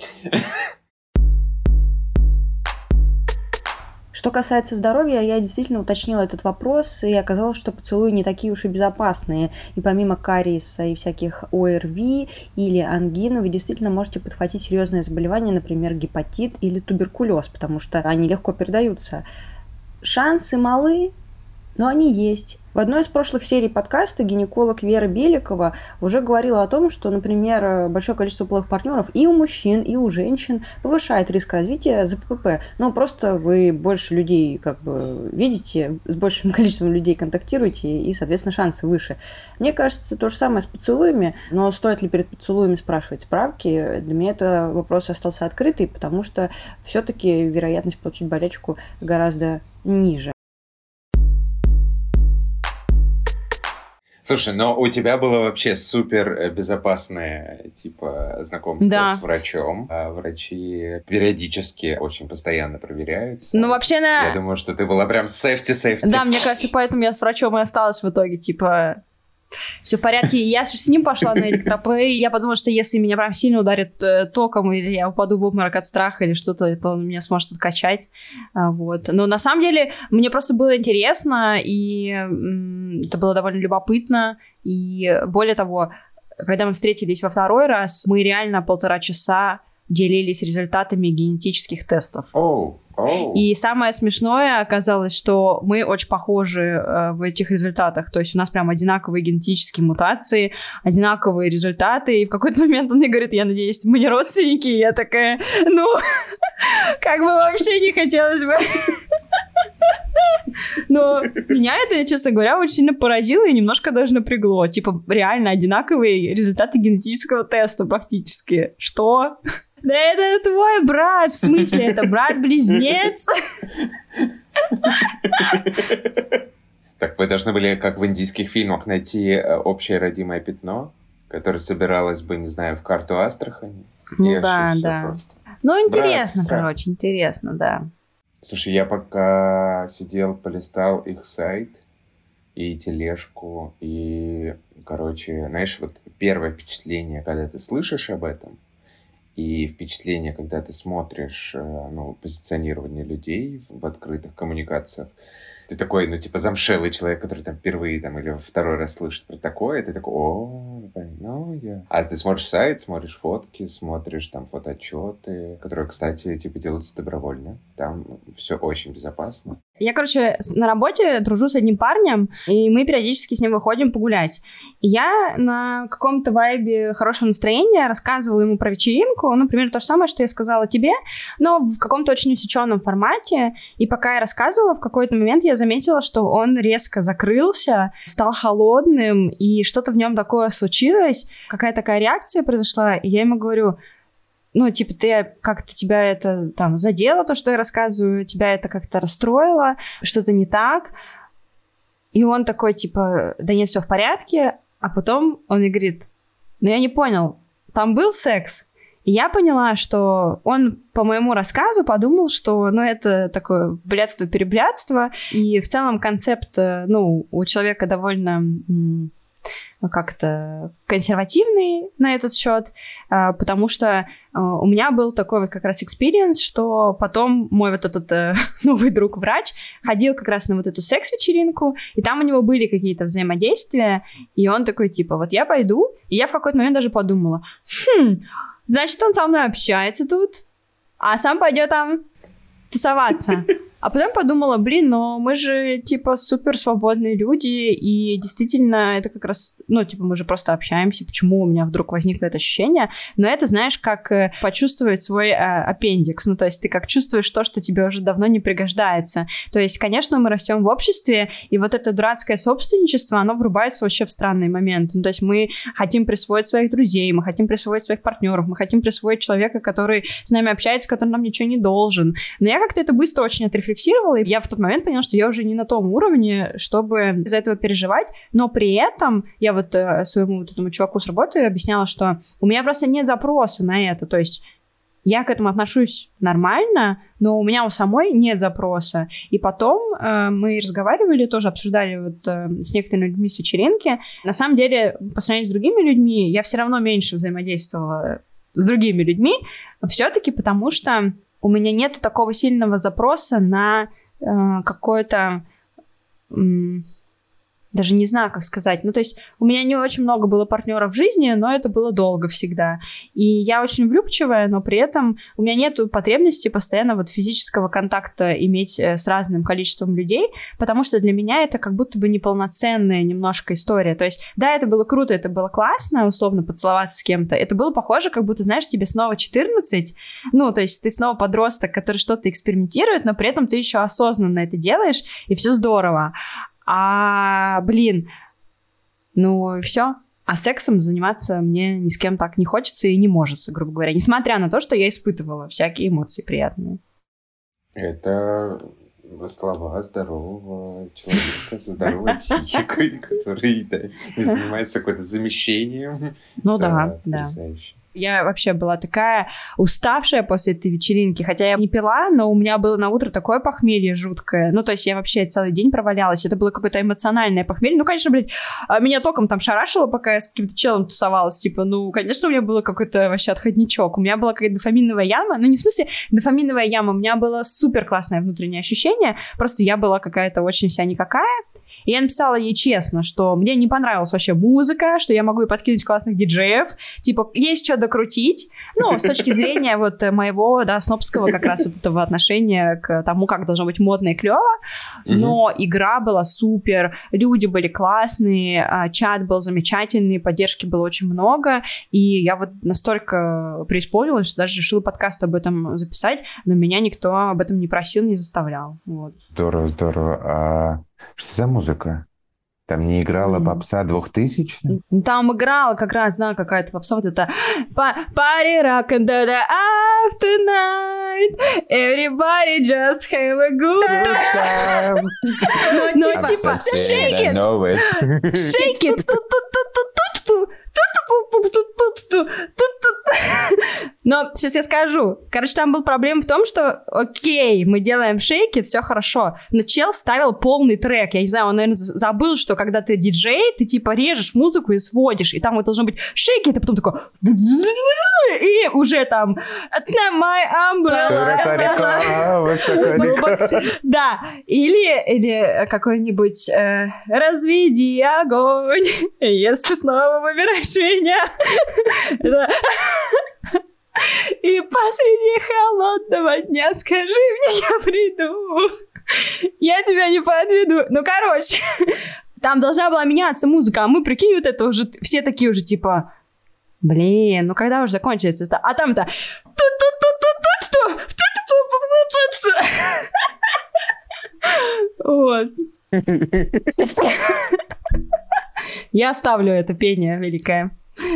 Что касается здоровья, я действительно уточнила этот вопрос, и оказалось, что поцелуи не такие уж и безопасные. И помимо кариеса и всяких ОРВИ или ангины, вы действительно можете подхватить серьезные заболевания, например, гепатит или туберкулез, потому что они легко передаются. Шансы малы, но они есть. В одной из прошлых серий подкаста гинеколог Вера Беликова уже говорила о том, что, например, большое количество половых партнеров и у мужчин, и у женщин повышает риск развития ЗПП. Но просто вы больше людей как бы видите, с большим количеством людей контактируете, и, соответственно, шансы выше. Мне кажется, то же самое с поцелуями, но стоит ли перед поцелуями спрашивать справки? Для меня это вопрос остался открытый, потому что все-таки вероятность получить болячку гораздо ниже. Слушай, но у тебя было вообще супер безопасное, типа, знакомство да. с врачом. А врачи периодически очень постоянно проверяются. Ну, вообще, на... Я думаю, что ты была прям сейфти-сейфти. Да, мне кажется, поэтому я с врачом и осталась в итоге, типа... Все в порядке. Я же с ним пошла на электроплей. Я подумала, что если меня прям сильно ударит э, током, или я упаду в обморок от страха, или что-то, то он меня сможет откачать. А, вот. Но на самом деле мне просто было интересно, и м- это было довольно любопытно. И более того, когда мы встретились во второй раз, мы реально полтора часа делились результатами генетических тестов. Oh. Oh. И самое смешное оказалось, что мы очень похожи э, в этих результатах. То есть у нас прям одинаковые генетические мутации, одинаковые результаты. И в какой-то момент он мне говорит: я надеюсь, мы не родственники. И я такая, ну, как бы вообще не хотелось бы. Но меня это, честно говоря, очень сильно поразило и немножко даже напрягло. Типа, реально одинаковые результаты генетического теста практически. Что? Да это твой брат, в смысле, это брат-близнец? Так вы должны были, как в индийских фильмах, найти общее родимое пятно, которое собиралось бы, не знаю, в карту Астрахани. Ну да, да. Ну интересно, короче, интересно, да. Слушай, я пока сидел, полистал их сайт и тележку, и, короче, знаешь, вот первое впечатление, когда ты слышишь об этом, и впечатление, когда ты смотришь, ну, позиционирование людей в открытых коммуникациях, ты такой, ну, типа, замшелый человек, который там впервые там или второй раз слышит про такое, ты такой, о, ну, я... А ты смотришь сайт, смотришь фотки, смотришь там фотоотчеты, которые, кстати, типа, делаются добровольно. Там все очень безопасно. Я, короче, на работе дружу с одним парнем, и мы периодически с ним выходим погулять. И я на каком-то вайбе хорошего настроения рассказывала ему про вечеринку, ну, примерно то же самое, что я сказала тебе, но в каком-то очень усеченном формате. И пока я рассказывала, в какой-то момент я заметила, что он резко закрылся, стал холодным, и что-то в нем такое случилось, какая-то такая реакция произошла, и я ему говорю... Ну, типа, ты как-то тебя это там задело, то, что я рассказываю, тебя это как-то расстроило, что-то не так. И он такой, типа, да нет, все в порядке. А потом он и говорит, ну, я не понял, там был секс. И я поняла, что он по моему рассказу подумал, что, ну, это такое блядство-переблядство, и в целом концепт, ну, у человека довольно... как-то консервативный на этот счет, потому что у меня был такой вот как раз экспириенс, что потом мой вот этот новый друг-врач ходил как раз на вот эту секс-вечеринку, и там у него были какие-то взаимодействия, и он такой типа, вот я пойду, и я в какой-то момент даже подумала, хм, значит, он со мной общается тут, а сам пойдет там тусоваться. А потом подумала, блин, но мы же, типа, супер свободные люди, и действительно, это как раз, ну, типа, мы же просто общаемся, почему у меня вдруг возникло это ощущение, но это, знаешь, как э, почувствовать свой э, аппендикс, ну, то есть ты как чувствуешь то, что тебе уже давно не пригождается. То есть, конечно, мы растем в обществе, и вот это дурацкое собственничество, оно врубается вообще в странные моменты. Ну, то есть мы хотим присвоить своих друзей, мы хотим присвоить своих партнеров, мы хотим присвоить человека, который с нами общается, который нам ничего не должен. Но я как-то это быстро очень отрефлексировала, и я в тот момент поняла, что я уже не на том уровне, чтобы из-за этого переживать, но при этом я вот э, своему вот этому чуваку с работы объясняла, что у меня просто нет запроса на это, то есть я к этому отношусь нормально, но у меня у самой нет запроса. И потом э, мы разговаривали, тоже обсуждали вот э, с некоторыми людьми с вечеринки. На самом деле, по сравнению с другими людьми, я все равно меньше взаимодействовала с другими людьми, все-таки потому что у меня нет такого сильного запроса на э, какое-то... М- даже не знаю, как сказать. Ну, то есть у меня не очень много было партнеров в жизни, но это было долго всегда. И я очень влюбчивая, но при этом у меня нет потребности постоянно вот физического контакта иметь с разным количеством людей, потому что для меня это как будто бы неполноценная немножко история. То есть, да, это было круто, это было классно, условно, поцеловаться с кем-то. Это было похоже, как будто, знаешь, тебе снова четырнадцать, ну, то есть ты снова подросток, который что-то экспериментирует, но при этом ты еще осознанно это делаешь, и все здорово. А, блин, ну все. А сексом заниматься мне ни с кем так не хочется и не может, грубо говоря. Несмотря на то, что я испытывала всякие эмоции приятные. Это слова здорового человека со здоровой психикой, который да, не занимается какое-то замещением. Ну да, да. Я вообще была такая уставшая после этой вечеринки, хотя я не пила, но у меня было на утро такое похмелье жуткое. Ну, то есть я вообще целый день провалялась. Это было какое-то эмоциональное похмелье. Ну, конечно, блядь, меня током там шарашило, пока я с каким-то челом тусовалась. Типа, ну, конечно, у меня было какой-то вообще отходничок. У меня была какая-то дофаминовая яма. Ну, не в смысле дофаминовая яма. У меня было супер классное внутреннее ощущение. Просто я была какая-то очень вся никакая. И я написала ей честно, что мне не понравилась вообще музыка, что я могу и подкинуть классных диджеев, типа, есть что докрутить, ну, с точки зрения вот моего, да, снобского как раз вот этого отношения к тому, как должно быть модно и клево, но mm-hmm. игра была супер, люди были классные, чат был замечательный, поддержки было очень много, и я вот настолько преисполнилась, что даже решила подкаст об этом записать, но меня никто об этом не просил, не заставлял, вот. Здорово, здорово. А что за музыка? Там не играла попса двухтысячных? Там играла как раз, знаю, какая-то попса, вот это Party rock and the after night, everybody just have a good time. Ну, типа, shake it, shake it, но сейчас я скажу. Короче, там была проблема в том, что окей, мы делаем шейки, все хорошо, но чел ставил полный трек. Я не знаю, он, наверное, забыл, что когда ты диджей, ты типа режешь музыку и сводишь, и там вот должно быть шейки, это потом такой и уже там my umbrella. Да, или, или какой-нибудь э, разведи огонь, если снова выбираешь меня. И посреди холодного дня скажи мне, я приду, я тебя не подведу. Ну, короче, там должна была меняться музыка, а мы, прикинь, вот это уже, все такие уже, типа, блин, ну когда уже закончится это? А там-то... Вот. Я оставлю это пение великое.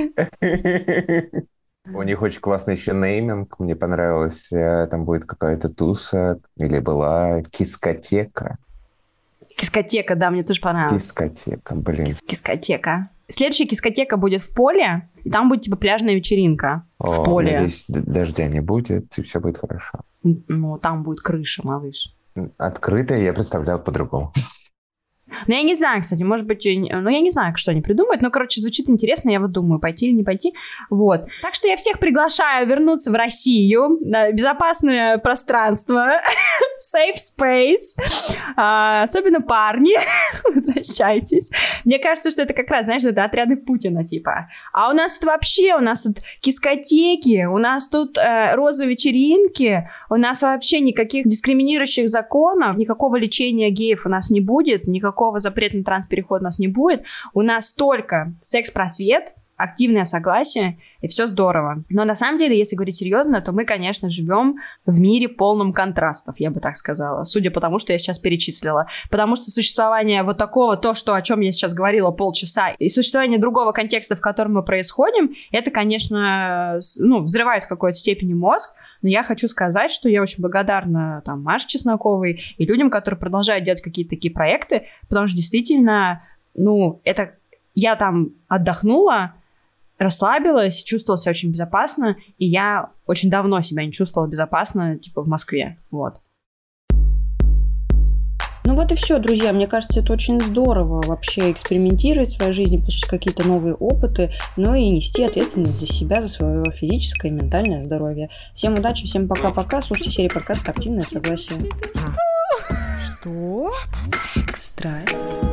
У них очень классный еще нейминг. Мне понравилось. Там будет какая-то туса. Или была кискотека. Кискотека, да, мне тоже понравилось. Кискотека, блин. Кис- кискотека. Следующая дискотека будет в поле, и там будет типа пляжная вечеринка О, в поле. Надеюсь, дождя не будет, и все будет хорошо. Ну, там будет крыша, малыш. Открытая я представлял по-другому. Ну, я не знаю, кстати, может быть, ну, я не знаю, что они придумают, но, короче, звучит интересно, я вот думаю, пойти или не пойти, вот. Так что я всех приглашаю вернуться в Россию, на безопасное пространство, safe space, а, особенно парни, возвращайтесь. Мне кажется, что это как раз, знаешь, это отряды Путина, типа. А у нас тут вообще, у нас тут дискотеки, у нас тут э, розовые вечеринки, у нас вообще никаких дискриминирующих законов, никакого лечения геев у нас не будет, никакого запрета на транспереход у нас не будет. У нас только секс-просвет, активное согласие, и все здорово. Но на самом деле, если говорить серьезно, то мы, конечно, живем в мире полном контрастов, я бы так сказала, судя по тому, что я сейчас перечислила. Потому что существование вот такого, то, что, о чем я сейчас говорила полчаса, и существование другого контекста, в котором мы происходим, это, конечно, ну, взрывает в какой-то степени мозг. Но я хочу сказать, что я очень благодарна там Маше Чесноковой и людям, которые продолжают делать какие-то такие проекты, потому что действительно, ну, это я там отдохнула, расслабилась, чувствовала себя очень безопасно, и я очень давно себя не чувствовала безопасно, типа, в Москве, вот. Ну вот и все, друзья. Мне кажется, это очень здорово вообще экспериментировать в своей жизни, получить какие-то новые опыты, но и нести ответственность за себя, за свое физическое и ментальное здоровье. Всем удачи, всем пока-пока. Слушайте серию подкаста «Активное согласие». Что? Секс, драйв.